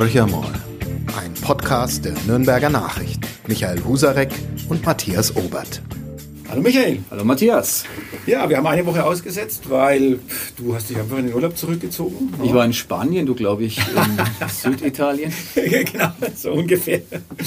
Horcher mal. Ein Podcast der Nürnberger Nachricht. Michael Husarek und Matthias Obert. Hallo Michael. Hallo Matthias. Ja, wir haben eine Woche ausgesetzt, weil du hast dich einfach in den Urlaub zurückgezogen. Ich war in Spanien, du glaube ich in Süditalien. Genau, so ungefähr.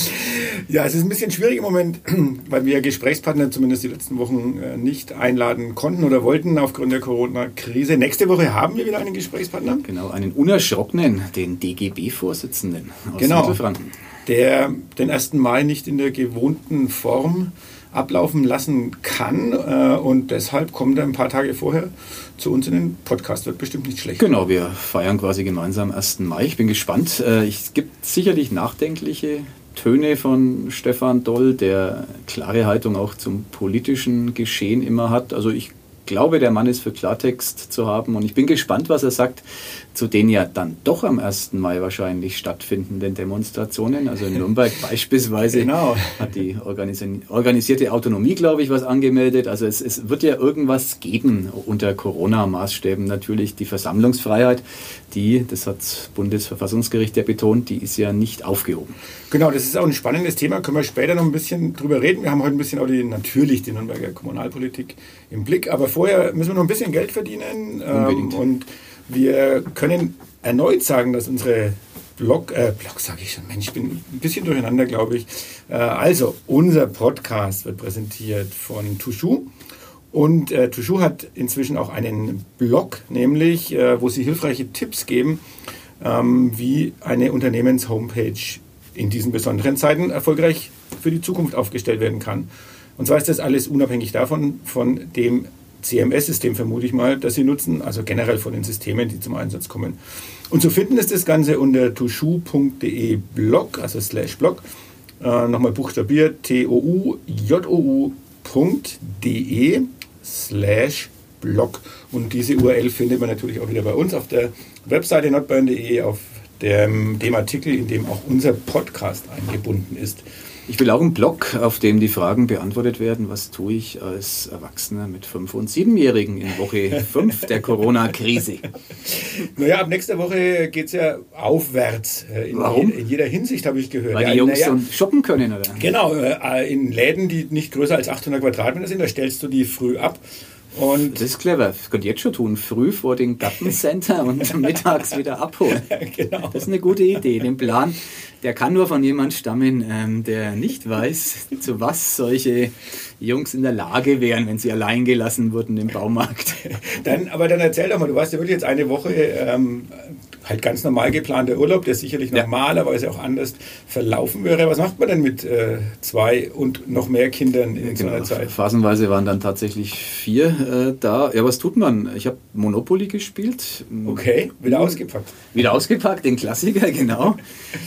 Ja, es ist ein bisschen schwierig im Moment, weil wir Gesprächspartner zumindest die letzten Wochen nicht einladen konnten oder wollten aufgrund der Corona-Krise. Nächste Woche haben wir wieder einen Gesprächspartner. Genau, einen unerschrockenen, den DGB-Vorsitzenden aus Mittelfranken. Der den 1. Mai nicht in der gewohnten Form ablaufen lassen kann und deshalb kommt er ein paar Tage vorher zu uns in den Podcast. Wird bestimmt nicht schlecht. Genau, wir feiern quasi gemeinsam 1. Mai. Ich bin gespannt. Es gibt sicherlich nachdenkliche Töne von Stefan Doll, der klare Haltung auch zum politischen Geschehen immer hat. Also ich glaube, der Mann ist für Klartext zu haben und ich bin gespannt, was er sagt zu den ja dann doch am 1. Mai wahrscheinlich stattfindenden Demonstrationen. Also in Nürnberg beispielsweise hat die organisierte Autonomie, glaube ich, was angemeldet. Also es wird ja irgendwas geben unter Corona-Maßstäben. Natürlich die Versammlungsfreiheit, das hat das Bundesverfassungsgericht ja betont, die ist ja nicht aufgehoben. Genau, das ist auch ein spannendes Thema, können wir später noch ein bisschen drüber reden. Wir haben heute ein bisschen auch natürlich die Nürnberger Kommunalpolitik im Blick, aber vorher müssen wir noch ein bisschen Geld verdienen. Unbedingt. Und wir können erneut sagen, dass unsere Blog sage ich schon, Mensch, ich bin ein bisschen durcheinander, glaube ich. Also, unser Podcast wird präsentiert von Tushu. Und Tushu hat inzwischen auch einen Blog, nämlich, wo sie hilfreiche Tipps geben, wie eine Unternehmenshomepage in diesen besonderen Zeiten erfolgreich für die Zukunft aufgestellt werden kann. Und zwar ist das alles unabhängig davon, von dem CMS-System vermute ich mal, das sie nutzen, also generell von den Systemen, die zum Einsatz kommen. Und zu finden ist das Ganze unter tushu.de Blog, also /Blog, nochmal buchstabiert, toujou.de/Blog. Und diese URL findet man natürlich auch wieder bei uns auf der Webseite nordbayern.de, auf dem Artikel, in dem auch unser Podcast eingebunden ist. Ich will auch einen Blog, auf dem die Fragen beantwortet werden, was tue ich als Erwachsener mit 5- und 7-Jährigen in Woche 5 der Corona-Krise. Naja, ab nächster Woche geht es ja aufwärts. Warum? In jeder Hinsicht, habe ich gehört. Weil die Jungs shoppen können, oder? Genau, in Läden, die nicht größer als 800 Quadratmeter sind, da stellst du die früh ab. Und das ist clever. Das könnt ihr jetzt schon tun. Früh vor den Gartencenter und mittags wieder abholen. Genau. Das ist eine gute Idee. Den Plan, der kann nur von jemand stammen, der nicht weiß, zu was solche Jungs in der Lage wären, wenn sie allein gelassen wurden im Baumarkt. Dann erzähl doch mal, du warst ja wirklich jetzt eine Woche halt ganz normal geplanter Urlaub, der sicherlich normalerweise auch anders verlaufen wäre. Was macht man denn mit 2 und noch mehr Kindern in so einer Zeit? Phasenweise waren dann tatsächlich 4 da. Ja, was tut man? Ich habe Monopoly gespielt. Okay, wieder ausgepackt. Wieder ausgepackt, den Klassiker, genau.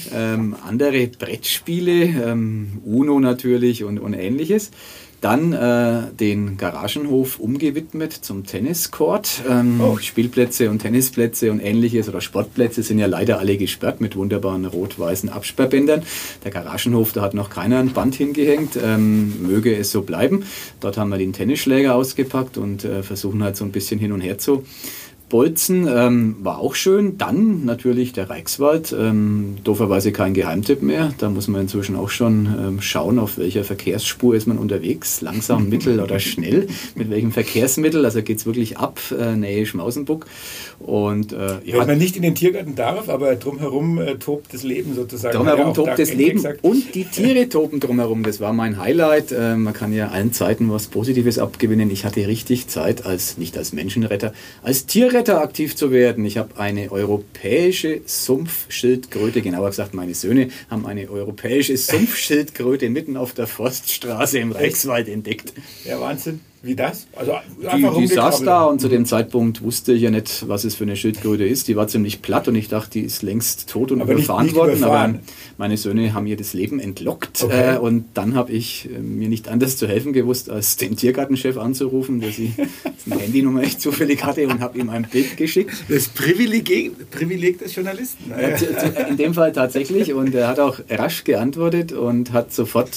Andere Brettspiele, Uno natürlich und Ähnliches. Dann den Garagenhof umgewidmet zum Tenniscourt. Spielplätze und Tennisplätze und Ähnliches oder Sportplätze sind ja leider alle gesperrt mit wunderbaren rot-weißen Absperrbändern. Der Garagenhof, da hat noch keiner ein Band hingehängt. Möge es so bleiben. Dort haben wir den Tennisschläger ausgepackt und versuchen halt so ein bisschen hin und her zu bolzen, war auch schön. Dann natürlich der Reichswald, dooferweise kein Geheimtipp mehr. Da muss man inzwischen auch schon schauen, auf welcher Verkehrsspur ist man unterwegs. Langsam, mittel oder schnell. Mit welchem Verkehrsmittel. Also geht es wirklich ab, Nähe Schmausenburg. Und, wenn man nicht in den Tiergarten darf, aber drumherum tobt das Leben sozusagen. Drumherum tobt das Leben und die Tiere toben drumherum. Das war mein Highlight. Man kann ja allen Zeiten was Positives abgewinnen. Ich hatte richtig Zeit, nicht als Menschenretter, als Tierretter aktiv zu werden. Ich habe eine europäische Sumpfschildkröte, genauer gesagt meine Söhne haben eine europäische Sumpfschildkröte mitten auf der Forststraße im Reichswald entdeckt. Ja, Wahnsinn. Wie das? Also die saß da und zu dem Zeitpunkt wusste ich ja nicht, was es für eine Schildkröte ist. Die war ziemlich platt und ich dachte, die ist längst tot und überfahren worden. Aber meine Söhne haben ihr das Leben entlockt. Okay. Und dann habe ich mir nicht anders zu helfen gewusst, als den Tiergartenchef anzurufen, der sie eine Handynummer echt zufällig hatte und habe ihm ein Bild geschickt. Das Privileg des Journalisten. In dem Fall tatsächlich. Und er hat auch rasch geantwortet und hat sofort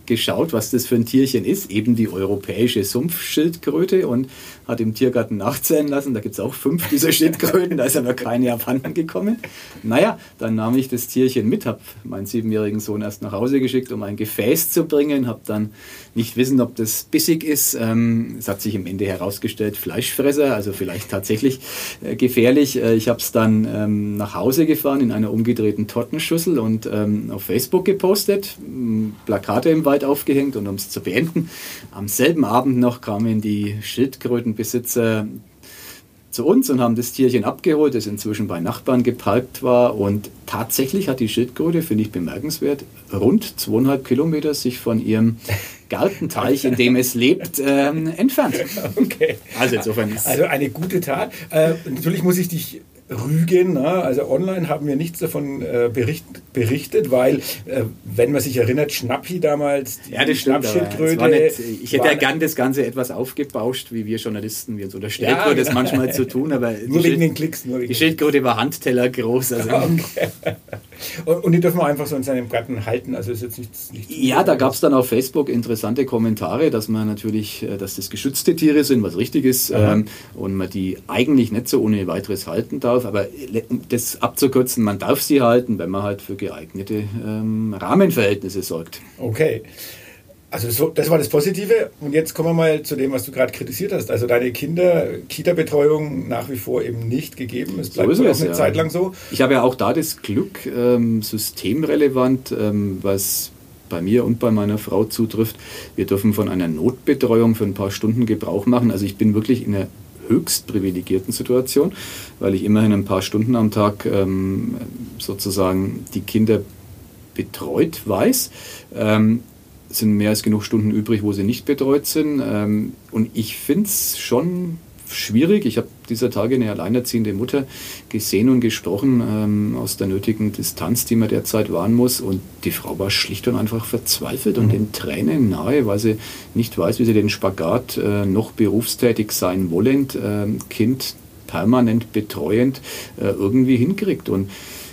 geschaut, was das für ein Tierchen ist, eben die europäische Sumpfschildkröte, und hat im Tiergarten nachzählen lassen. Da gibt es auch 5 dieser Schildkröten, da ist aber keine abhanden gekommen. Naja, dann nahm ich das Tierchen mit, habe meinen 7-jährigen Sohn erst nach Hause geschickt, um ein Gefäß zu bringen, habe dann nicht wissen, ob das bissig ist. Es hat sich am Ende herausgestellt, Fleischfresser, also vielleicht tatsächlich gefährlich. Ich habe es dann nach Hause gefahren in einer umgedrehten Tortenschüssel und auf Facebook gepostet, Plakate im Wald aufgehängt, und um es zu beenden, am selben Abend noch kamen die Schildkrötenbesitzer zu uns und haben das Tierchen abgeholt, das inzwischen bei Nachbarn geparkt war, und tatsächlich hat die Schildkröte, finde ich bemerkenswert, rund 2,5 Kilometer sich von ihrem Gartenteich, in dem es lebt, entfernt. Okay. Also insofern also eine gute Tat. Natürlich muss ich dich rügen. Also online haben wir nichts davon berichtet, weil, wenn man sich erinnert, Schnappi damals, ja, das stimmt, Schnappschildkröte. Ich hätte ja gern das Ganze etwas aufgebauscht, wie wir Journalisten, wie uns unterstellt wird, das manchmal zu tun, aber nur wegen den Klicks. Die Schildkröte war Handteller groß. Also okay. Und die dürfen wir einfach so in seinem Garten halten, also ist jetzt nichts ja, da gab es dann auf Facebook interessante Kommentare, dass man natürlich, dass das geschützte Tiere sind, was richtig ist, und man die eigentlich nicht so ohne weiteres halten darf, aber um das abzukürzen, man darf sie halten, wenn man halt für geeignete Rahmenverhältnisse sorgt. Okay. Also das war das Positive, und jetzt kommen wir mal zu dem, was du gerade kritisiert hast. Also deine Kita-Betreuung nach wie vor eben nicht gegeben. Es bleibt so auch eine Zeit lang so. Ich habe ja auch da das Glück, systemrelevant, was bei mir und bei meiner Frau zutrifft. Wir dürfen von einer Notbetreuung für ein paar Stunden Gebrauch machen. Also ich bin wirklich in einer höchst privilegierten Situation, weil ich immerhin ein paar Stunden am Tag sozusagen die Kinder betreut weiß. Sind mehr als genug Stunden übrig, wo sie nicht betreut sind. Und ich finde es schon schwierig. Ich habe dieser Tage eine alleinerziehende Mutter gesehen und gesprochen aus der nötigen Distanz, die man derzeit wahren muss. Und die Frau war schlicht und einfach verzweifelt und in Tränen nahe, weil sie nicht weiß, wie sie den Spagat noch berufstätig sein wollend, Kind permanent betreuend irgendwie hinkriegt. Und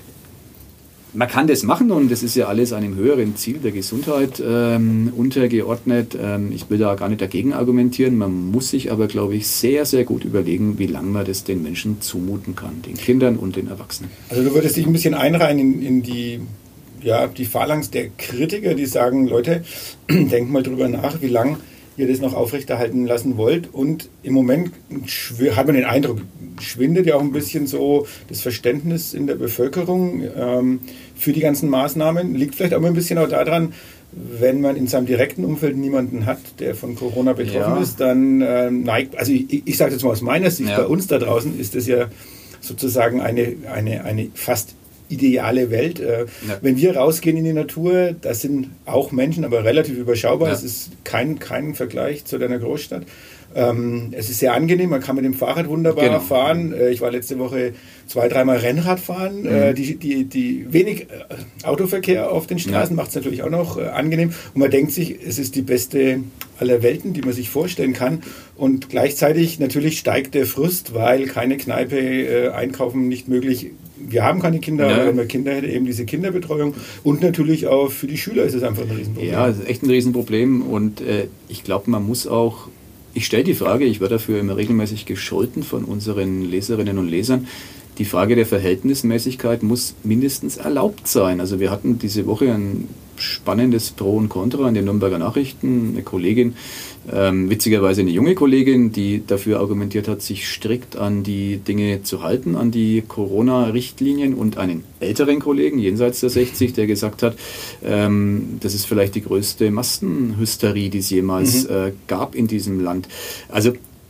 man kann das machen, und das ist ja alles einem höheren Ziel der Gesundheit untergeordnet. Ich will da gar nicht dagegen argumentieren. Man muss sich aber, glaube ich, sehr, sehr gut überlegen, wie lange man das den Menschen zumuten kann, den Kindern und den Erwachsenen. Also du würdest dich ein bisschen einreihen in die Phalanx der Kritiker, die sagen, Leute, denkt mal drüber nach, wie lange ihr das noch aufrechterhalten lassen wollt. Und im Moment hat man den Eindruck, schwindet ja auch ein bisschen so das Verständnis in der Bevölkerung für die ganzen Maßnahmen. Liegt vielleicht auch ein bisschen auch daran, wenn man in seinem direkten Umfeld niemanden hat, der von Corona betroffen ist, dann neigt, also ich sage jetzt mal aus meiner Sicht, bei uns da draußen ist das ja sozusagen eine fast ideale Welt. Wenn wir rausgehen in die Natur, das sind auch Menschen, aber relativ überschaubar. Es ist kein Vergleich zu deiner Großstadt. Es ist sehr angenehm, man kann mit dem Fahrrad wunderbar fahren. Ich war letzte Woche 2-3 Mal Rennrad fahren. Die wenig Autoverkehr auf den Straßen macht es natürlich auch noch angenehm. Und man denkt sich, es ist die beste aller Welten, die man sich vorstellen kann. Und gleichzeitig natürlich steigt der Frust, weil keine Kneipe, einkaufen nicht möglich. Wir haben keine Kinder, aber wenn man Kinder hätte, eben diese Kinderbetreuung. Und natürlich auch für die Schüler ist es einfach ein Riesenproblem. Ja, es ist echt ein Riesenproblem. Und ich glaube, man muss auch, ich stelle die Frage, ich werde dafür immer regelmäßig gescholten von unseren Leserinnen und Lesern, die Frage der Verhältnismäßigkeit muss mindestens erlaubt sein. Also wir hatten diese Woche ein spannendes Pro und Contra in den Nürnberger Nachrichten. Eine Kollegin, witzigerweise eine junge Kollegin, die dafür argumentiert hat, sich strikt an die Dinge zu halten, an die Corona-Richtlinien, und einen älteren Kollegen, jenseits der 60, der gesagt hat, das ist vielleicht die größte Massenhysterie, die es jemals gab in diesem Land. Also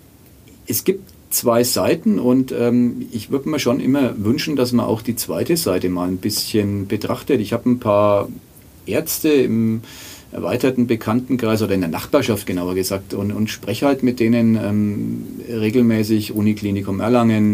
es gibt zwei Seiten, und ich würde mir schon immer wünschen, dass man auch die zweite Seite mal ein bisschen betrachtet. Ich habe ein paar Ärzte im erweiterten Bekanntenkreis oder in der Nachbarschaft genauer gesagt und spreche halt mit denen regelmäßig, Uniklinikum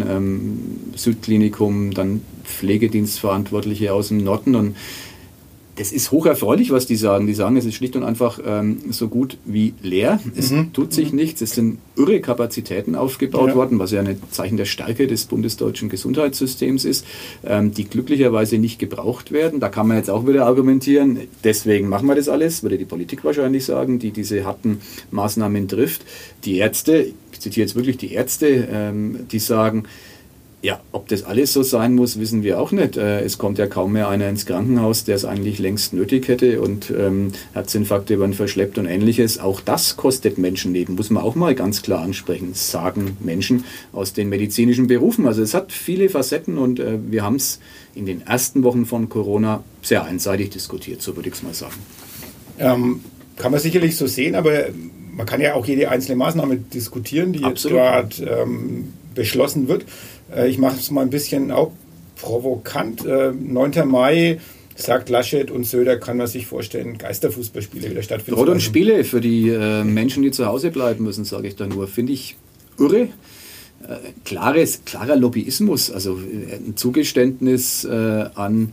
Erlangen, Südklinikum, dann Pflegedienstverantwortliche aus dem Norden, und Das ist hocherfreulich, was die sagen. Die sagen, es ist schlicht und einfach so gut wie leer. Es tut sich nichts. Es sind irre Kapazitäten aufgebaut worden, was ja ein Zeichen der Stärke des bundesdeutschen Gesundheitssystems ist, die glücklicherweise nicht gebraucht werden. Da kann man jetzt auch wieder argumentieren, deswegen machen wir das alles, würde die Politik wahrscheinlich sagen, die diese harten Maßnahmen trifft. Die Ärzte, ich zitiere jetzt wirklich die Ärzte, die sagen, ja, ob das alles so sein muss, wissen wir auch nicht. Es kommt ja kaum mehr einer ins Krankenhaus, der es eigentlich längst nötig hätte und Herzinfarkte werden verschleppt und Ähnliches. Auch das kostet Menschenleben, muss man auch mal ganz klar ansprechen, sagen Menschen aus den medizinischen Berufen. Also es hat viele Facetten und wir haben es in den ersten Wochen von Corona sehr einseitig diskutiert, so würde ich es mal sagen. Kann man sicherlich so sehen, aber man kann ja auch jede einzelne Maßnahme diskutieren, die jetzt gerade beschlossen wird. Ich mache es mal ein bisschen auch provokant. 9. Mai, sagt Laschet und Söder, kann man sich vorstellen, Geisterfußballspiele wieder stattfinden. Rot und Spiele für die Menschen, die zu Hause bleiben müssen, sage ich da nur. Finde ich irre. Klarer Lobbyismus, also ein Zugeständnis an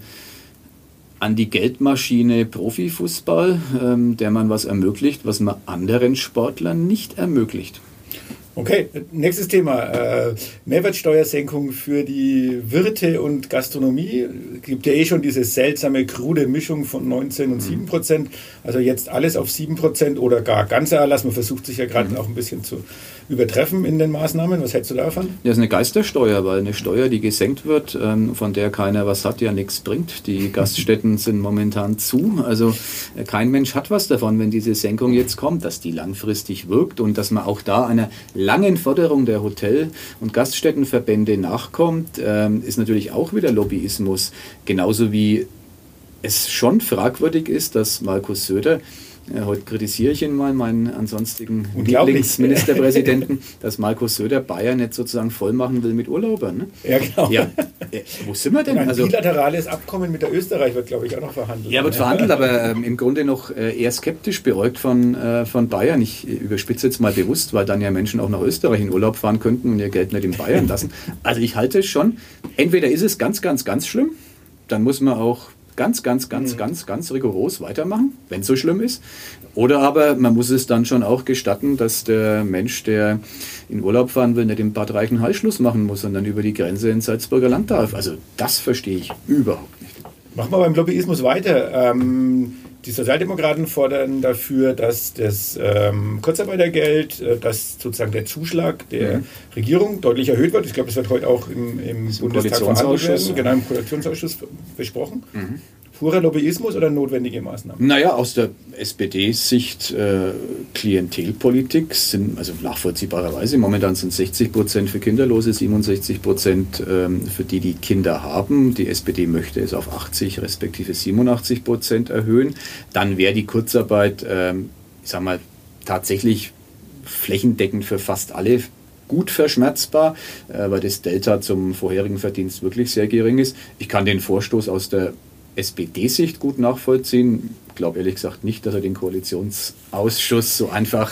die Geldmaschine Profifußball, der man was ermöglicht, was man anderen Sportlern nicht ermöglicht. Okay, nächstes Thema. Mehrwertsteuersenkung für die Wirte und Gastronomie. Es gibt ja schon diese seltsame, krude Mischung von 19 und 7%. Also jetzt alles auf 7% oder gar ganzer Erlass. Man versucht sich ja gerade auch ein bisschen zu übertreffen in den Maßnahmen. Was hältst du davon? Das ist eine Geistersteuer, weil eine Steuer, die gesenkt wird, von der keiner was hat, ja nichts bringt. Die Gaststätten sind momentan zu. Also kein Mensch hat was davon, wenn diese Senkung jetzt kommt, dass die langfristig wirkt und dass man auch da einer langen Forderung der Hotel- und Gaststättenverbände nachkommt, ist natürlich auch wieder Lobbyismus. Genauso wie es schon fragwürdig ist, dass Markus Söder, heute kritisiere ich ihn mal, meinen ansonstigen Lieblingsministerpräsidenten, dass Markus Söder Bayern nicht sozusagen voll machen will mit Urlaubern. Ne? Ja, genau. Ja. Wo sind wir denn? Ein bilaterales Abkommen mit der Österreich wird, glaube ich, auch noch verhandelt. Ja, wird verhandelt, aber im Grunde noch eher skeptisch beäugt von Bayern. Ich überspitze jetzt mal bewusst, weil dann ja Menschen auch nach Österreich in Urlaub fahren könnten und ihr Geld nicht in Bayern lassen. Also ich halte es schon, entweder ist es ganz, ganz, ganz schlimm, dann muss man auch ganz rigoros weitermachen, wenn es so schlimm ist. Oder aber man muss es dann schon auch gestatten, dass der Mensch, der in Urlaub fahren will, nicht im Bad Reichenhall Schluss machen muss, sondern über die Grenze ins Salzburger Land darf. Also das verstehe ich überhaupt nicht. Machen wir beim Lobbyismus weiter. Die Sozialdemokraten fordern dafür, dass das Kurzarbeitergeld, dass sozusagen der Zuschlag der Regierung deutlich erhöht wird. Ich glaube, das wird heute auch im Bundestag verhandelt werden, genau im Koalitionsausschuss besprochen. Purer Lobbyismus oder notwendige Maßnahmen? Naja, aus der SPD-Sicht Klientelpolitik sind, also nachvollziehbarerweise, momentan sind 60% für Kinderlose, 67% für die Kinder haben. Die SPD möchte es auf 80 respektive 87% erhöhen. Dann wäre die Kurzarbeit, ich sag mal, tatsächlich flächendeckend für fast alle gut verschmerzbar, weil das Delta zum vorherigen Verdienst wirklich sehr gering ist. Ich kann den Vorstoß aus der SPD-Sicht gut nachvollziehen. Ich glaube ehrlich gesagt nicht, dass er den Koalitionsausschuss so einfach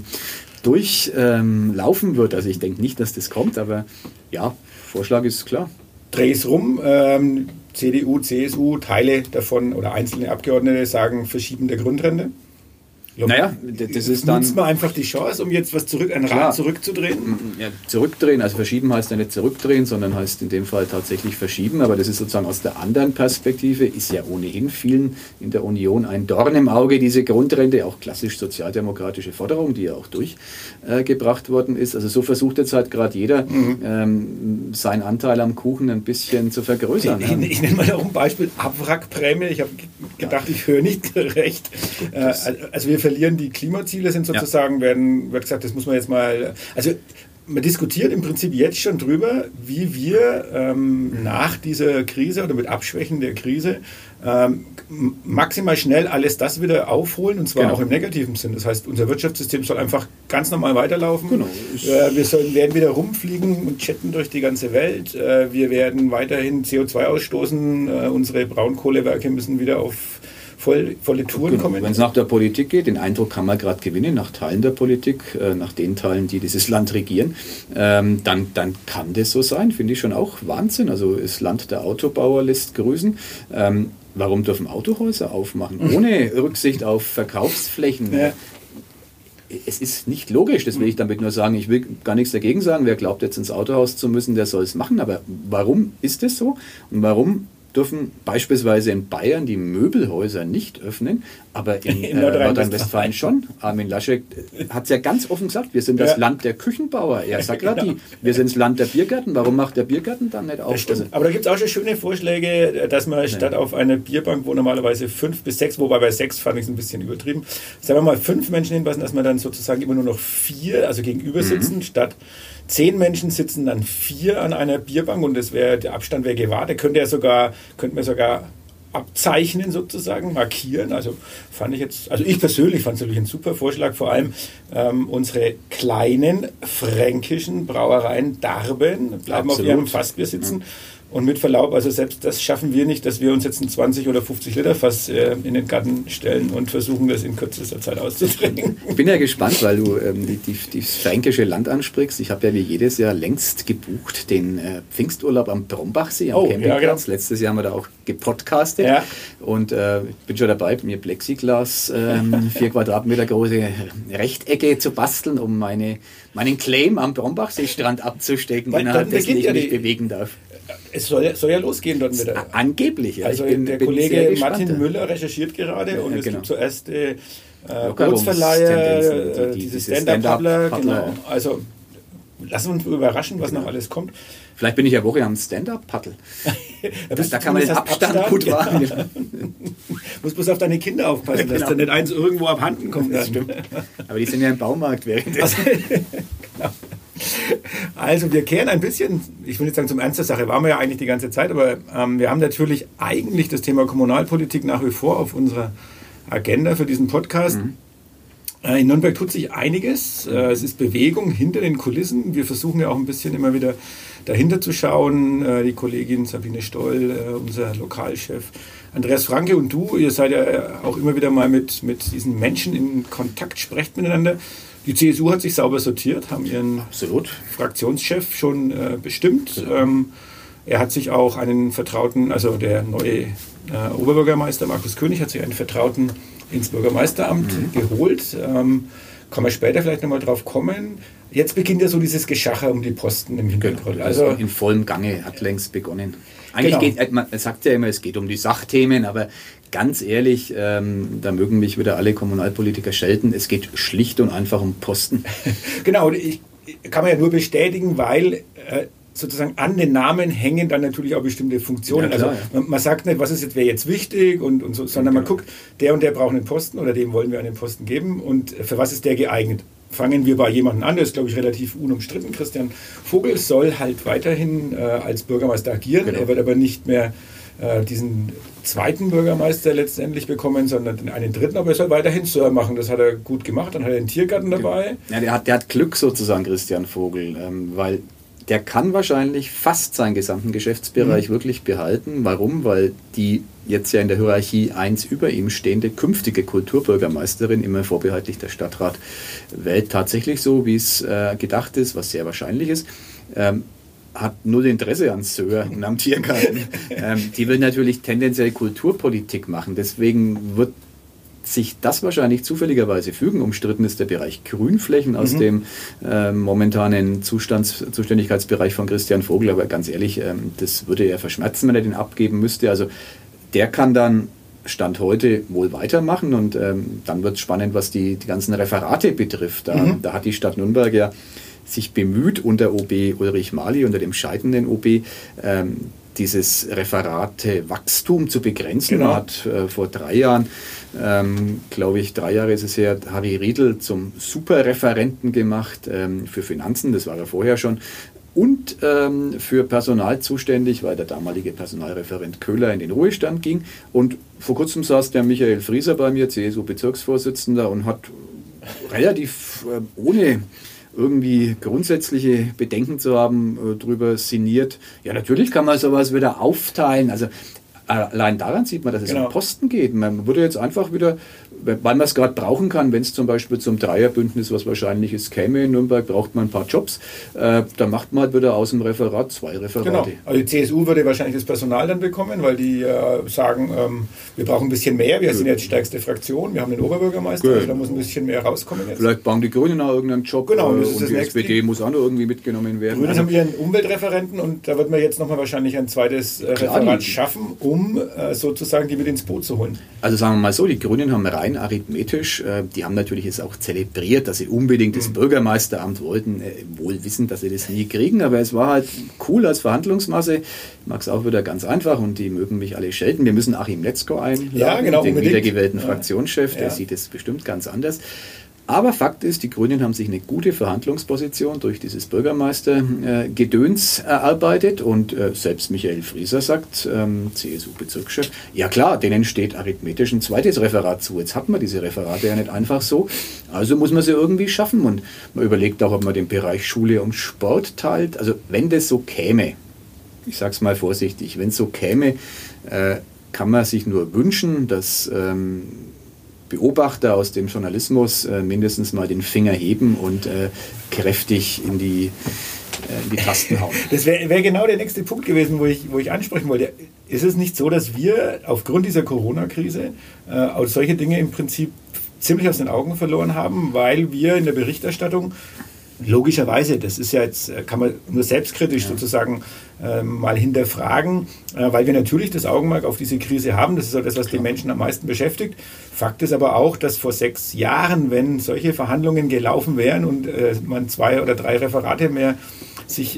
durchlaufen wird. Also ich denke nicht, dass das kommt, aber ja, Vorschlag ist klar. Dreh es rum. CDU, CSU, Teile davon oder einzelne Abgeordnete sagen Verschieben der Grundrente. Naja, das ist dann... Nutzt man einfach die Chance, um jetzt ein Rad zurückzudrehen? Ja, zurückdrehen, also verschieben heißt ja nicht zurückdrehen, sondern heißt in dem Fall tatsächlich verschieben, aber das ist sozusagen aus der anderen Perspektive, ist ja ohnehin vielen in der Union ein Dorn im Auge, diese Grundrente, auch klassisch sozialdemokratische Forderung, die ja auch durchgebracht worden ist. Also so versucht jetzt halt gerade jeder, seinen Anteil am Kuchen ein bisschen zu vergrößern. Ich nenne mal auch ein Beispiel, Abwrackprämie. Ich habe gedacht, ich höre nicht recht. Also wir verlieren die Klimaziele, sind sozusagen, wird gesagt, das muss man jetzt mal, also man diskutiert im Prinzip jetzt schon drüber, wie wir nach dieser Krise oder mit Abschwächen der Krise maximal schnell alles das wieder aufholen, und zwar auch im negativen Sinn. Das heißt, unser Wirtschaftssystem soll einfach ganz normal weiterlaufen. Genau. Wir werden wieder rumfliegen und chatten durch die ganze Welt. Wir werden weiterhin CO2 ausstoßen. Unsere Braunkohlewerke müssen wieder auf volle Touren kommen. Wenn es nach der Politik geht, den Eindruck kann man gerade gewinnen, nach Teilen der Politik, nach den Teilen, die dieses Land regieren, dann kann das so sein, finde ich schon auch Wahnsinn. Also das Land der Autobauer lässt grüßen. warum dürfen Autohäuser aufmachen, ohne Rücksicht auf Verkaufsflächen? Ja. Es ist nicht logisch, das will ich damit nur sagen. Ich will gar nichts dagegen sagen. Wer glaubt jetzt ins Autohaus zu müssen, der soll es machen. Aber warum ist es so? Und warum dürfen beispielsweise in Bayern die Möbelhäuser nicht öffnen, aber in Nordrhein-Westfalen schon? Armin Laschet hat es ja ganz offen gesagt, wir sind das Land der Küchenbauer. Er sagt gerade, wir sind das Land der Biergärten. Warum macht der Biergarten dann nicht auf? Aber da gibt es auch schon schöne Vorschläge, dass man statt auf einer Bierbank, wo normalerweise 5 bis 6, wobei bei 6 fand ich es ein bisschen übertrieben, sagen wir mal 5 Menschen hinpassen, dass man dann sozusagen immer nur noch 4, also gegenüber sitzen, statt 10 Menschen sitzen dann 4 an einer Bierbank und der Abstand wäre gewahrt. Der könnte man sogar abzeichnen sozusagen, markieren. Also ich persönlich fand es natürlich ein super Vorschlag, vor allem unsere kleinen fränkischen Brauereien Darben bleiben auf ihrem Fassbier sitzen. Und mit Verlaub, also selbst das schaffen wir nicht, dass wir uns jetzt ein 20 oder 50 Liter Fass in den Garten stellen und versuchen, das in kürzester Zeit auszutrinken. Ich bin ja gespannt, weil du das fränkische Land ansprichst. Ich habe ja wie jedes Jahr längst gebucht den Pfingsturlaub am Brombachsee, am Campingplatz. Ja, genau. Letztes Jahr haben wir da auch gepodcastet. Ja. Und ich bin schon dabei, mir Plexiglas 4 Quadratmeter große Rechtecke zu basteln, um meinen Claim am Brombachsee-Strand abzustecken, innerhalb dessen ich mich bewegen darf. Es soll ja losgehen dort wieder. Angeblich, ja. Also der Kollege Martin Müller recherchiert gerade und es gibt zuerst Bootsverleiher, diese Stand-Up-Paddler. Genau. Also lassen wir uns überraschen, was noch alles kommt. Vielleicht bin ich ja Woche am Stand-Up-Paddel. Da kann man den Abstand gut wahren. Musst bloß auf deine Kinder aufpassen, dass da nicht eins irgendwo abhanden kommt. Das stimmt. Aber die sind ja im Baumarkt währenddessen. Genau. Also wir kehren ein bisschen, ich will nicht sagen zum Ernst der Sache, waren wir ja eigentlich die ganze Zeit, aber wir haben natürlich eigentlich das Thema Kommunalpolitik nach wie vor auf unserer Agenda für diesen Podcast. In Nürnberg tut sich einiges. Es ist Bewegung hinter den Kulissen. Wir versuchen ja auch ein bisschen immer wieder dahinter zu schauen. Die Kollegin Sabine Stoll, unser Lokalchef Andreas Franke und du, ihr seid ja auch immer wieder mal mit diesen Menschen in Kontakt, sprecht miteinander. Die CSU hat sich sauber sortiert, haben ihren Fraktionschef schon bestimmt. Er hat sich auch einen Vertrauten, also der neue Oberbürgermeister Markus König hat sich einen Vertrauten ins Bürgermeisteramt geholt. Kann man später vielleicht nochmal drauf kommen. Jetzt beginnt ja so dieses Geschacher um die Posten im Hintergrund. Also in vollem Gange, hat längst begonnen. Eigentlich man sagt ja immer, es geht um die Sachthemen, aber ganz ehrlich, da mögen mich wieder alle Kommunalpolitiker schelten, es geht schlicht und einfach um Posten. Genau, kann man ja nur bestätigen, weil sozusagen an den Namen hängen dann natürlich auch bestimmte Funktionen. Ja, klar, also man sagt nicht, wer jetzt wichtig und so, sondern man guckt, der und der braucht einen Posten oder dem wollen wir einen Posten geben und für was ist der geeignet. Fangen wir bei jemandem an, der ist, glaube ich, relativ unumstritten. Christian Vogel soll halt weiterhin als Bürgermeister agieren. Genau. Er wird aber nicht mehr diesen zweiten Bürgermeister letztendlich bekommen, sondern einen dritten, aber er soll weiterhin Sir machen. Das hat er gut gemacht. Dann hat er den Tiergarten dabei. Ja, der hat Glück sozusagen, Christian Vogel, weil der kann wahrscheinlich fast seinen gesamten Geschäftsbereich wirklich behalten. Warum? Weil die jetzt ja in der Hierarchie 1 über ihm stehende künftige Kulturbürgermeisterin, immer vorbehaltlich der Stadtrat, wählt tatsächlich so, wie es gedacht ist, was sehr wahrscheinlich ist. Hat null Interesse an Sir und am Tiergarten. Die will natürlich tendenziell Kulturpolitik machen. Deswegen wird sich das wahrscheinlich zufälligerweise fügen. Umstritten ist der Bereich Grünflächen aus dem momentanen Zuständigkeitsbereich von Christian Vogel. Aber ganz ehrlich, das würde er verschmerzen, wenn er den abgeben müsste. Also der kann dann Stand heute wohl weitermachen und dann wird es spannend, was die ganzen Referate betrifft. Da hat die Stadt Nürnberg ja sich bemüht, unter OB Ulrich Mali, unter dem scheidenden OB, dieses Referate Wachstum zu begrenzen. Genau. Man hat vor 3 Jahren, glaube ich, 3 Jahre ist es her, Harry Riedl zum Superreferenten gemacht für Finanzen, das war er vorher schon, und für Personal zuständig, weil der damalige Personalreferent Köhler in den Ruhestand ging. Und vor kurzem saß der Michael Frieser bei mir, CSU-Bezirksvorsitzender, und hat relativ ohne irgendwie grundsätzliche Bedenken zu haben, drüber sinniert. Ja, natürlich kann man sowas wieder aufteilen. Also allein daran sieht man, dass es um Posten geht. Man würde jetzt einfach wieder weil man es gerade brauchen kann, wenn es zum Beispiel zum Dreierbündnis, was wahrscheinlich ist, käme in Nürnberg, braucht man ein paar Jobs. Da macht man halt wieder aus dem Referat 2 Referate. Genau. Also die CSU würde wahrscheinlich das Personal dann bekommen, weil die sagen, wir brauchen ein bisschen mehr, wir sind jetzt stärkste Fraktion, wir haben den Oberbürgermeister, also da muss ein bisschen mehr rauskommen jetzt. Vielleicht bauen die Grünen auch irgendeinen Job, genau, und die SPD muss auch noch irgendwie mitgenommen werden. Die Grünen haben ihren Umweltreferenten und da wird man jetzt nochmal wahrscheinlich ein zweites Referat schaffen, um sozusagen die mit ins Boot zu holen. Also sagen wir mal so, die Grünen haben rein arithmetisch, die haben natürlich jetzt auch zelebriert, dass sie unbedingt das Bürgermeisteramt wollten, wohl wissend, dass sie das nie kriegen, aber es war halt cool als Verhandlungsmasse. Ich mag es auch wieder ganz einfach und die mögen mich alle schelten. Wir müssen Achim Letzko einladen, den unbedingt. Wiedergewählten Fraktionschef, der sieht es bestimmt ganz anders. Aber Fakt ist, die Grünen haben sich eine gute Verhandlungsposition durch dieses Bürgermeistergedöns erarbeitet und selbst Michael Frieser sagt, CSU-Bezirkschef, ja klar, denen steht arithmetisch ein zweites Referat zu. Jetzt hat man diese Referate ja nicht einfach so, also muss man sie irgendwie schaffen und man überlegt auch, ob man den Bereich Schule und Sport teilt. Also wenn das so käme, ich sage es mal vorsichtig, wenn es so käme, kann man sich nur wünschen, dass Beobachter aus dem Journalismus mindestens mal den Finger heben und kräftig in die Tasten hauen. Das wäre genau der nächste Punkt gewesen, wo ich ansprechen wollte. Ist es nicht so, dass wir aufgrund dieser Corona-Krise auch solche Dinge im Prinzip ziemlich aus den Augen verloren haben, weil wir in der Berichterstattung logischerweise, das ist ja jetzt, kann man nur selbstkritisch sozusagen mal hinterfragen, weil wir natürlich das Augenmerk auf diese Krise haben. Das ist auch das, was die Menschen am meisten beschäftigt. Fakt ist aber auch, dass vor 6 Jahren, wenn solche Verhandlungen gelaufen wären und man 2 oder 3 Referate mehr sich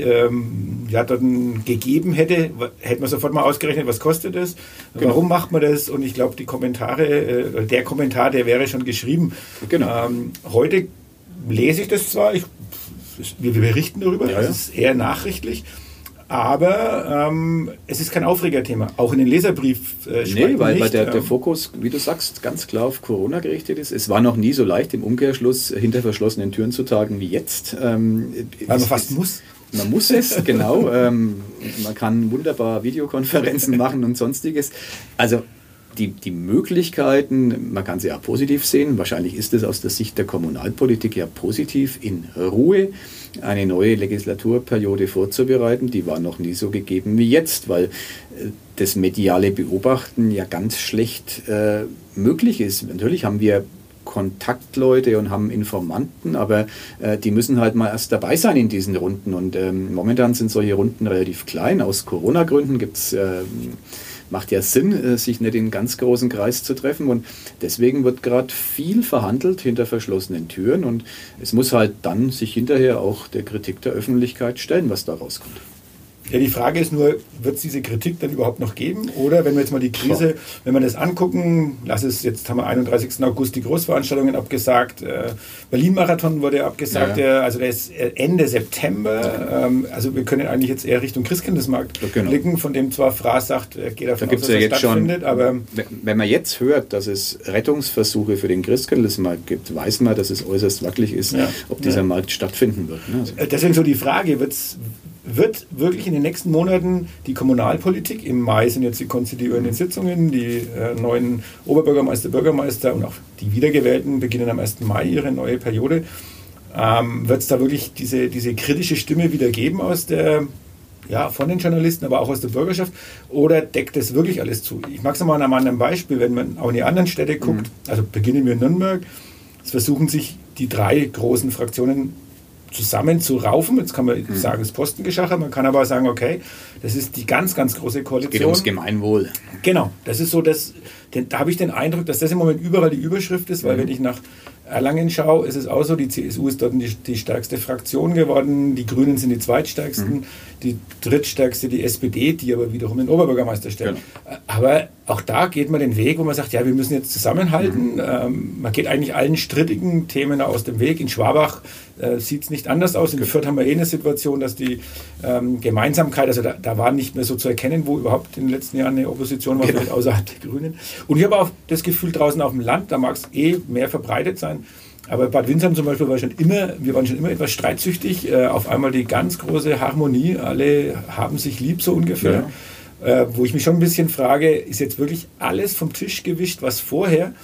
dann gegeben hätte, hätte man sofort mal ausgerechnet, was kostet das, warum macht man das, und ich glaube, die Kommentare, der Kommentar, der wäre schon geschrieben. Genau. Heute lese ich das zwar, wir berichten darüber, das ist eher nachrichtlich, aber es ist kein Aufregerthema. Auch in den Leserbrief Nee, weil der Fokus, wie du sagst, ganz klar auf Corona gerichtet ist. Es war noch nie so leicht, im Umkehrschluss hinter verschlossenen Türen zu tagen wie jetzt. Weil man fast muss. Man muss es, genau. Man kann wunderbar Videokonferenzen machen und Sonstiges. Also die Möglichkeiten, man kann sie auch positiv sehen. Wahrscheinlich ist es aus der Sicht der Kommunalpolitik ja positiv, in Ruhe eine neue Legislaturperiode vorzubereiten. Die war noch nie so gegeben wie jetzt, weil das mediale Beobachten ja ganz schlecht möglich ist. Natürlich haben wir Kontaktleute und haben Informanten, aber die müssen halt mal erst dabei sein in diesen Runden. Und momentan sind solche Runden relativ klein. Aus Corona-Gründen macht ja Sinn, sich nicht in ganz großen Kreis zu treffen, und deswegen wird gerade viel verhandelt hinter verschlossenen Türen, und es muss halt dann sich hinterher auch der Kritik der Öffentlichkeit stellen, was da rauskommt. Ja, die Frage ist nur, wird es diese Kritik dann überhaupt noch geben? Oder wenn wir jetzt mal die Krise, wenn wir das angucken, jetzt haben wir 31. August die Großveranstaltungen abgesagt, Berlin-Marathon wurde abgesagt, also der ist Ende September, also wir können eigentlich jetzt eher Richtung Christkindlesmarkt blicken, von dem zwar Fraß sagt, geht davon aus, dass das stattfindet. Aber wenn man jetzt hört, dass es Rettungsversuche für den Christkindlesmarkt gibt, weiß man, dass es äußerst wackelig ist, ob dieser Markt stattfinden wird. Ne? Also deswegen so die Frage, wird wirklich in den nächsten Monaten die Kommunalpolitik, im Mai sind jetzt die konstituierenden Sitzungen, die neuen Oberbürgermeister, Bürgermeister und auch die Wiedergewählten beginnen am 1. Mai ihre neue Periode, wird es da wirklich diese kritische Stimme wieder geben von den Journalisten, aber auch aus der Bürgerschaft, oder deckt das wirklich alles zu? Ich mag es mal an einem anderen Beispiel, wenn man auch in die anderen Städte guckt, also beginnen wir in Nürnberg, es versuchen sich die 3 großen Fraktionen zusammen zu raufen. Jetzt kann man sagen, das Postengeschacher, man kann aber sagen, okay, das ist die ganz, ganz große Koalition. Es geht ums Gemeinwohl. Genau, das ist so, da habe ich den Eindruck, dass das im Moment überall die Überschrift ist, weil wenn ich nach Erlangen schaue, ist es auch so, die CSU ist dort die stärkste Fraktion geworden, die Grünen sind die zweitstärksten, die drittstärkste die SPD, die aber wiederum den Oberbürgermeister stellt. Genau. Aber auch da geht man den Weg, wo man sagt, ja, wir müssen jetzt zusammenhalten. Man geht eigentlich allen strittigen Themen aus dem Weg. In Schwabach sieht es nicht anders aus. In Fürth haben wir eine Situation, dass die Gemeinsamkeit, also da war nicht mehr so zu erkennen, wo überhaupt in den letzten Jahren eine Opposition war, vielleicht außerhalb der Grünen. Und ich habe auch das Gefühl, draußen auf dem Land, da mag es mehr verbreitet sein, aber Bad Windsheim zum Beispiel wir waren schon immer etwas streitsüchtig. Auf einmal die ganz große Harmonie, alle haben sich lieb so ungefähr. Ja. Wo ich mich schon ein bisschen frage, ist jetzt wirklich alles vom Tisch gewischt, was vorher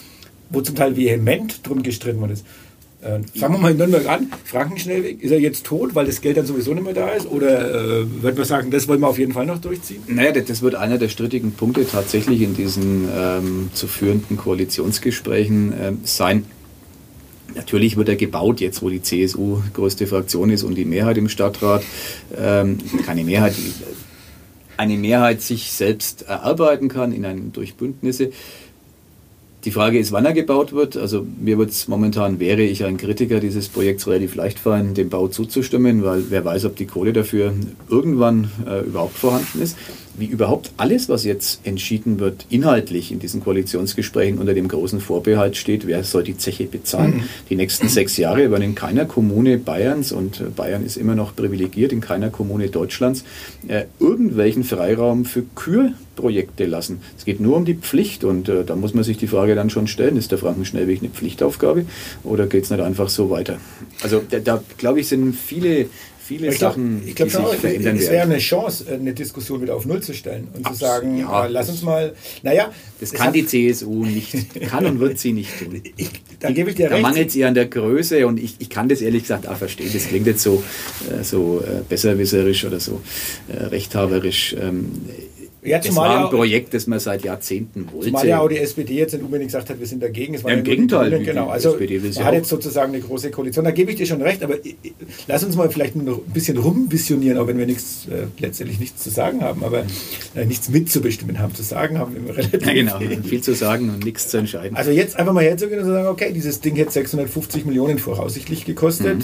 wo zum Teil vehement drum gestritten worden ist. Fangen wir mal in Nürnberg an. Frankenschnellweg, ist er jetzt tot, weil das Geld dann sowieso nicht mehr da ist? Oder wird man sagen, das wollen wir auf jeden Fall noch durchziehen? Naja, das wird einer der strittigen Punkte tatsächlich in diesen zu führenden Koalitionsgesprächen sein. Natürlich wird er gebaut, jetzt wo die CSU größte Fraktion ist und die Mehrheit im Stadtrat, keine Mehrheit, eine Mehrheit sich selbst erarbeiten kann durch Bündnisse. Die Frage ist, wann er gebaut wird. Also mir wird es momentan, wäre ich ein Kritiker dieses Projekts, relativ leicht fallen, dem Bau zuzustimmen, weil wer weiß, ob die Kohle dafür irgendwann überhaupt vorhanden ist. Wie überhaupt alles, was jetzt entschieden wird, inhaltlich in diesen Koalitionsgesprächen unter dem großen Vorbehalt steht, wer soll die Zeche bezahlen. Die nächsten 6 Jahre werden in keiner Kommune Bayerns, und Bayern ist immer noch privilegiert, in keiner Kommune Deutschlands, irgendwelchen Freiraum für Kürprojekte lassen. Es geht nur um die Pflicht, und da muss man sich die Frage dann schon stellen, ist der Frankenschnellweg eine Pflichtaufgabe oder geht es nicht einfach so weiter? Also da glaube ich, sind viele Sachen, ich glaube die sich verändern werden. Es wäre eine Chance, eine Diskussion wieder auf Null zu stellen und zu sagen, lass uns mal, das kann die CSU nicht, kann und wird sie nicht tun. Da gebe ich dir recht. Da mangelt es ihr an der Größe, und ich kann das ehrlich gesagt auch verstehen. Das klingt jetzt so besserwisserisch oder so rechthaberisch. Das war ein Projekt, das man seit Jahrzehnten wollte. Zumal ja auch die SPD jetzt nicht unbedingt gesagt hat, wir sind dagegen. Es war im Gegenteil. Genau, also man hat jetzt sozusagen eine große Koalition. Da gebe ich dir schon recht, aber lass uns mal vielleicht noch ein bisschen rumvisionieren, auch wenn wir letztendlich nichts zu sagen haben, aber nichts mitzubestimmen haben. Zu sagen haben wir relativ viel zu sagen und nichts zu entscheiden. Also jetzt einfach mal herzugehen und zu sagen, okay, dieses Ding hätte 650 Millionen voraussichtlich gekostet.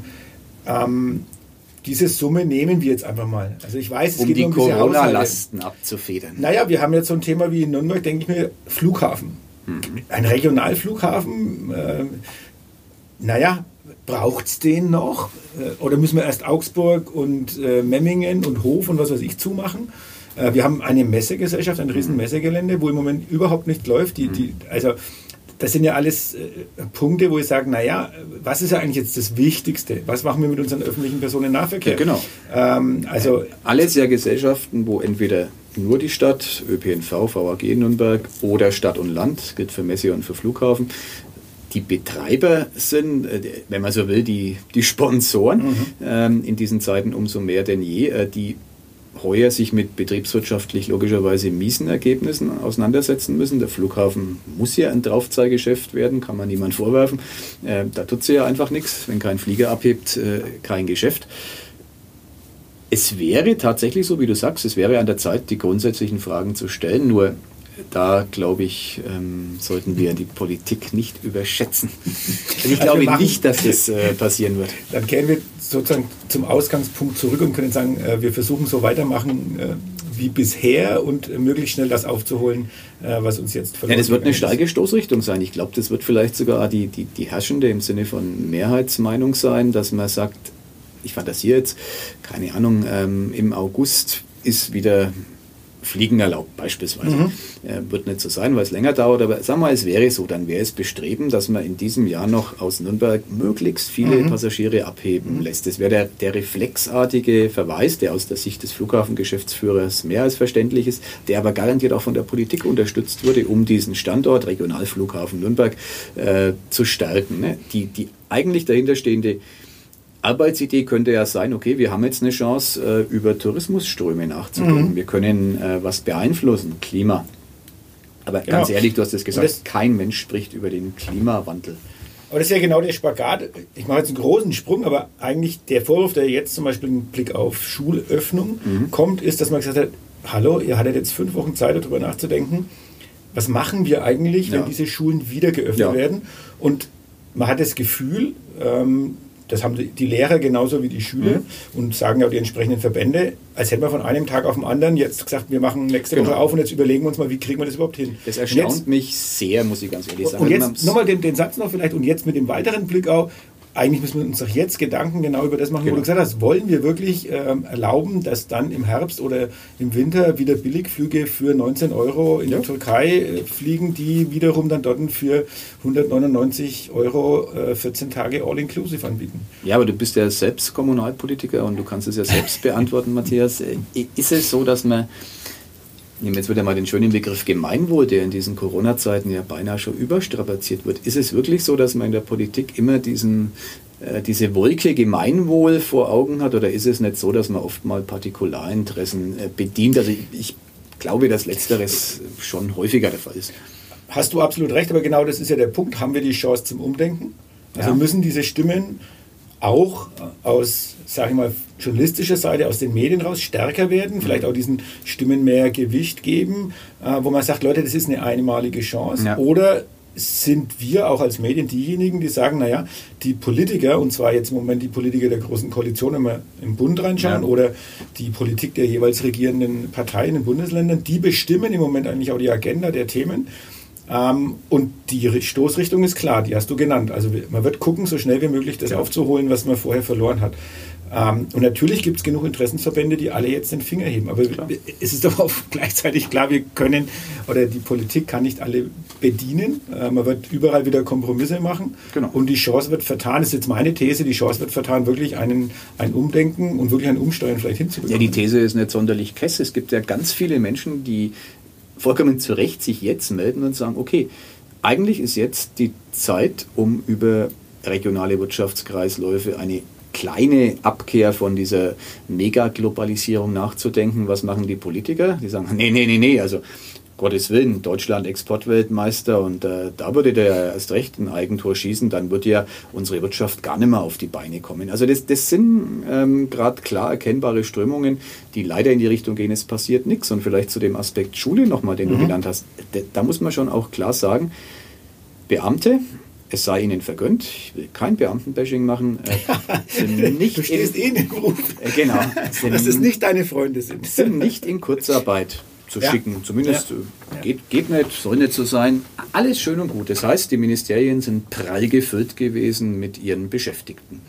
Diese Summe nehmen wir jetzt einfach mal. Also ich weiß, es geht nur um diese Corona-Lasten abzufedern. Naja, wir haben jetzt so ein Thema wie in Nürnberg, denke ich mir, Flughafen. Ein Regionalflughafen, braucht es den noch? Oder müssen wir erst Augsburg und Memmingen und Hof und was weiß ich zumachen? Wir haben eine Messegesellschaft, ein riesen Messegelände, wo im Moment überhaupt nicht läuft. Also das sind ja alles Punkte, wo ich sage, was ist ja eigentlich jetzt das Wichtigste? Was machen wir mit unseren öffentlichen Personennahverkehr? Ja, genau. Alles ja Gesellschaften, wo entweder nur die Stadt, ÖPNV, VAG in Nürnberg oder Stadt und Land, gilt für Messe und für Flughafen, die Betreiber sind, wenn man so will, die Sponsoren in diesen Zeiten umso mehr denn je, die heuer sich mit betriebswirtschaftlich logischerweise miesen Ergebnissen auseinandersetzen müssen. Der Flughafen muss ja ein Draufzahlgeschäft werden, kann man niemand vorwerfen. Da tut sie ja einfach nichts. Wenn kein Flieger abhebt, kein Geschäft. Es wäre tatsächlich so, wie du sagst, es wäre an der Zeit, die grundsätzlichen Fragen zu stellen. Nur da, glaube ich, sollten wir die Politik nicht überschätzen. Also ich glaube nicht, dass das passieren wird. Dann kehren wir sozusagen zum Ausgangspunkt zurück und können sagen, wir versuchen so weitermachen wie bisher und möglichst schnell das aufzuholen, was uns jetzt verloren ist. Das wird eine starke Stoßrichtung sein. Ich glaube, das wird vielleicht sogar die herrschende im Sinne von Mehrheitsmeinung sein, dass man sagt, ich fantasiere jetzt, keine Ahnung, im August ist wieder Fliegen erlaubt beispielsweise. Wird nicht so sein, weil es länger dauert, aber sagen wir mal, es wäre so, dann wäre es bestreben, dass man in diesem Jahr noch aus Nürnberg möglichst viele Passagiere abheben lässt. Das wäre der reflexartige Verweis, der aus der Sicht des Flughafengeschäftsführers mehr als verständlich ist, der aber garantiert auch von der Politik unterstützt wurde, um diesen Standort Regionalflughafen Nürnberg zu stärken. Ne? Die eigentlich dahinterstehende Arbeitsidee könnte ja sein, okay, wir haben jetzt eine Chance, über Tourismusströme nachzudenken. Wir können was beeinflussen, Klima. Aber ganz ehrlich, du hast es gesagt, kein Mensch spricht über den Klimawandel. Aber das ist ja genau der Spagat. Ich mache jetzt einen großen Sprung, aber eigentlich der Vorwurf, der jetzt zum Beispiel im Blick auf Schulöffnung kommt, ist, dass man gesagt hat, hallo, ihr hattet jetzt 5 Wochen Zeit, darüber nachzudenken, was machen wir eigentlich, wenn diese Schulen wieder geöffnet werden? Und man hat das Gefühl, das haben die Lehrer genauso wie die Schüler und sagen ja auch die entsprechenden Verbände, als hätten wir von einem Tag auf den anderen jetzt gesagt, wir machen nächste Woche auf und jetzt überlegen wir uns mal, wie kriegen wir das überhaupt hin. Das erstaunt mich sehr, muss ich ganz ehrlich sagen. Und jetzt nochmal den Satz noch vielleicht und jetzt mit dem weiteren Blick auch, eigentlich müssen wir uns doch jetzt Gedanken genau über das machen, wo du gesagt hast, wollen wir wirklich erlauben, dass dann im Herbst oder im Winter wieder Billigflüge für 19 € in die Türkei fliegen, die wiederum dann dort für 199 € 14 Tage All-Inclusive anbieten. Ja, aber du bist ja selbst Kommunalpolitiker und du kannst es ja selbst beantworten, Matthias. Ist es so, dass man nehmen jetzt wieder mal den schönen Begriff Gemeinwohl, der in diesen Corona-Zeiten ja beinahe schon überstrapaziert wird. Ist es wirklich so, dass man in der Politik immer diese Wolke Gemeinwohl vor Augen hat, oder ist es nicht so, dass man oft mal Partikularinteressen bedient? Also ich glaube, dass Letzteres schon häufiger der Fall ist. Hast du absolut recht, aber genau das ist ja der Punkt. Haben wir die Chance zum Umdenken? Also müssen diese Stimmen auch aus, sage ich mal, journalistischer Seite, aus den Medien raus stärker werden, vielleicht auch diesen Stimmen mehr Gewicht geben, wo man sagt, Leute, das ist eine einmalige Chance. Ja. Oder sind wir auch als Medien diejenigen, die sagen, naja, die Politiker, und zwar jetzt im Moment die Politiker der Großen Koalition, wenn wir im Bund reinschauen, oder die Politik der jeweils regierenden Parteien in Bundesländern, die bestimmen im Moment eigentlich auch die Agenda der Themen. Und die Stoßrichtung ist klar, die hast du genannt. Also man wird gucken, so schnell wie möglich das aufzuholen, was man vorher verloren hat. Und natürlich gibt es genug Interessensverbände, die alle jetzt den Finger heben. Aber es ist doch auch gleichzeitig klar, wir können, oder die Politik kann nicht alle bedienen. Man wird überall wieder Kompromisse machen. Genau. Und die Chance wird vertan, das ist jetzt meine These, die Chance wird vertan, wirklich ein Umdenken und wirklich ein Umsteuern vielleicht hinzubekommen. Ja, die These ist nicht sonderlich kess. Es gibt ja ganz viele Menschen, die vollkommen zu Recht sich jetzt melden und sagen, okay, eigentlich ist jetzt die Zeit, um über regionale Wirtschaftskreisläufe eine kleine Abkehr von dieser Megaglobalisierung nachzudenken. Was machen die Politiker? Die sagen, nee, also Gottes Willen, Deutschland Exportweltmeister und da würde der erst recht ein Eigentor schießen, dann wird ja unsere Wirtschaft gar nicht mehr auf die Beine kommen. Also das sind gerade klar erkennbare Strömungen, die leider in die Richtung gehen, es passiert nichts. Und vielleicht zu dem Aspekt Schule nochmal, den du genannt hast, da muss man schon auch klar sagen, Beamte, es sei ihnen vergönnt, ich will kein Beamtenbashing machen, sind nicht du stehst in den Beruf. Genau. Dass es nicht deine Freunde sind. Sind nicht in Kurzarbeit zu schicken. Zumindest geht nicht, soll nicht so sein. Alles schön und gut. Das heißt, die Ministerien sind prall gefüllt gewesen mit ihren Beschäftigten.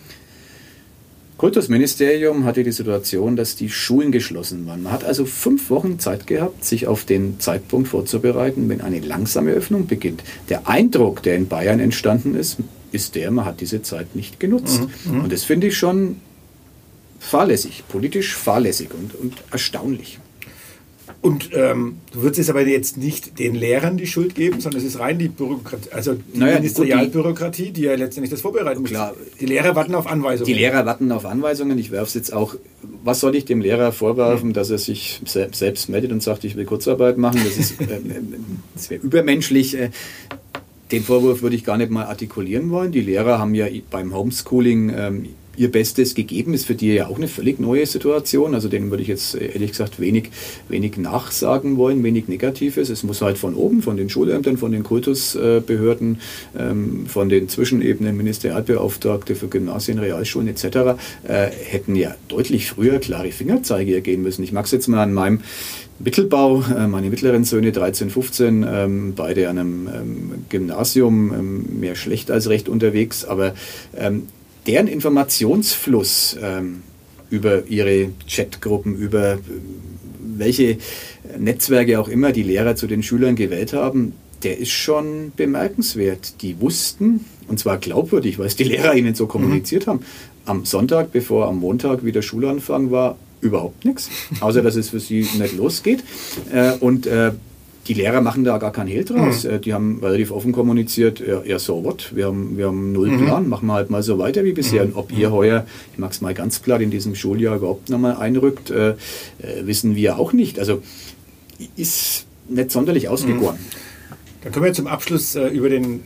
Kultusministerium hatte die Situation, dass die Schulen geschlossen waren. Man hat also 5 Wochen Zeit gehabt, sich auf den Zeitpunkt vorzubereiten, wenn eine langsame Öffnung beginnt. Der Eindruck, der in Bayern entstanden ist, man hat diese Zeit nicht genutzt. Und das finde ich schon fahrlässig, politisch fahrlässig und erstaunlich. Und du würdest es aber jetzt nicht den Lehrern die Schuld geben, sondern es ist rein die Bürokratie, also die Ministerialbürokratie, die ja letztendlich das vorbereiten muss. Klar, die Lehrer warten auf Anweisungen. Die Lehrer warten auf Anweisungen. Ich werfe es jetzt auch, was soll ich dem Lehrer vorwerfen, dass er sich selbst meldet und sagt, ich will Kurzarbeit machen? Das wäre übermenschlich. Den Vorwurf würde ich gar nicht mal artikulieren wollen. Die Lehrer haben ja beim Homeschooling ihr Bestes gegeben, ist für die ja auch eine völlig neue Situation. Also denen würde ich jetzt ehrlich gesagt wenig nachsagen wollen, wenig Negatives. Es muss halt von oben, von den Schulämtern, von den Kultusbehörden, von den Zwischenebenen, Ministerialbeauftragte für Gymnasien, Realschulen etc. Hätten ja deutlich früher klare Fingerzeige ergehen müssen. Ich mag es jetzt mal an meinem Mittelbau, meine mittleren Söhne 13, 15, beide an einem Gymnasium, mehr schlecht als recht unterwegs, aber deren Informationsfluss über ihre Chatgruppen, über welche Netzwerke auch immer die Lehrer zu den Schülern gewählt haben, der ist schon bemerkenswert. Die wussten, und zwar glaubwürdig, weil es die Lehrer ihnen so kommuniziert haben, am Sonntag, bevor am Montag wieder Schulanfang war, überhaupt nichts, außer dass es für sie nicht losgeht. Und die Lehrer machen da gar keinen Hehl draus. Die haben relativ offen kommuniziert, so what, wir haben null Plan, machen wir halt mal so weiter wie bisher. Und ob ihr heuer, ich mag es mal ganz klar, in diesem Schuljahr überhaupt nochmal einrückt, wissen wir auch nicht. Also ist nicht sonderlich ausgegoren. Dann können wir zum Abschluss über den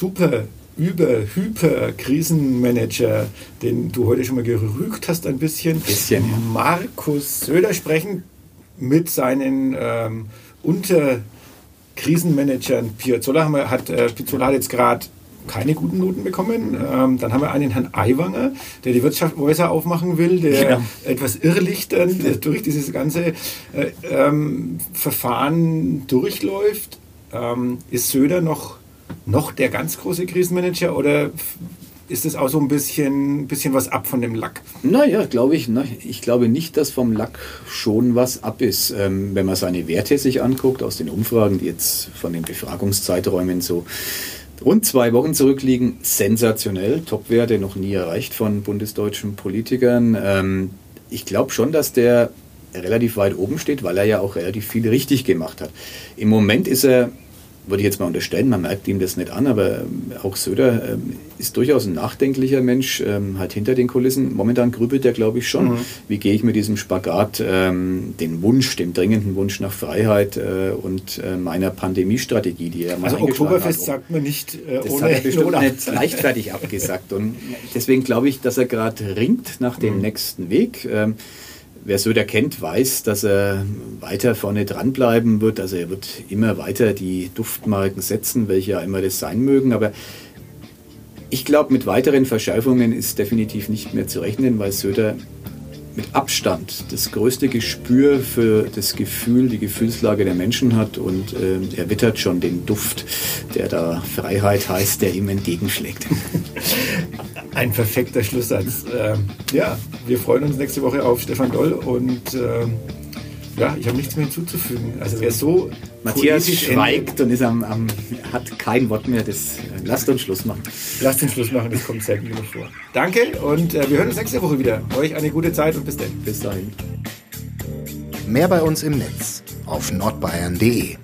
Hyper-Krisenmanager, den du heute schon mal gerügt hast ein bisschen. Markus Söder sprechen mit seinen Unterkrisenmanagern. Piazzolla hat jetzt gerade keine guten Noten bekommen. Dann haben wir einen Herrn Aiwanger, der die Wirtschaft besser aufmachen will, der etwas irrlichternd durch dieses ganze Verfahren durchläuft. Ist Söder noch der ganz große Krisenmanager oder ist es auch so ein bisschen was ab von dem Lack? Naja, glaube ich. Ich glaube nicht, dass vom Lack schon was ab ist. Wenn man seine Werte sich anguckt, aus den Umfragen, die jetzt von den Befragungszeiträumen so rund 2 Wochen zurückliegen, sensationell. Top-Werte, noch nie erreicht von bundesdeutschen Politikern. Ich glaube schon, dass der relativ weit oben steht, weil er ja auch relativ viel richtig gemacht hat. Im Moment ist er, würde ich jetzt mal unterstellen, man merkt ihm das nicht an, aber auch Söder ist durchaus ein nachdenklicher Mensch, halt hinter den Kulissen. Momentan grübelt er, glaube ich, schon. Wie gehe ich mit diesem Spagat, den dringenden Wunsch nach Freiheit und meiner Pandemiestrategie, die er mal also eingeschlagen Oktoberfest hat. sagt man nicht Das ohne hat er bestimmt Not ab. nicht leichtfertig abgesagt. Und deswegen glaube ich, dass er gerade ringt nach dem nächsten Weg. Wer Söder kennt, weiß, dass er weiter vorne dranbleiben wird. Also er wird immer weiter die Duftmarken setzen, welche ja immer das sein mögen. Aber ich glaube, mit weiteren Verschärfungen ist definitiv nicht mehr zu rechnen, weil Söder mit Abstand das größte Gespür für das Gefühl, die Gefühlslage der Menschen hat. Und er wittert schon den Duft, der da Freiheit heißt, der ihm entgegenschlägt. Ein perfekter Schlusssatz. Ja, wir freuen uns nächste Woche auf Stefan Doll und ja, ich habe nichts mehr hinzuzufügen. Also wer so Matthias schweigt und ist hat kein Wort mehr. Lasst uns Schluss machen. Lasst uns Schluss machen, das kommt selten genug vor. Danke und wir hören uns nächste Woche wieder. Euch eine gute Zeit und bis dann. Bis dahin. Mehr bei uns im Netz auf nordbayern.de.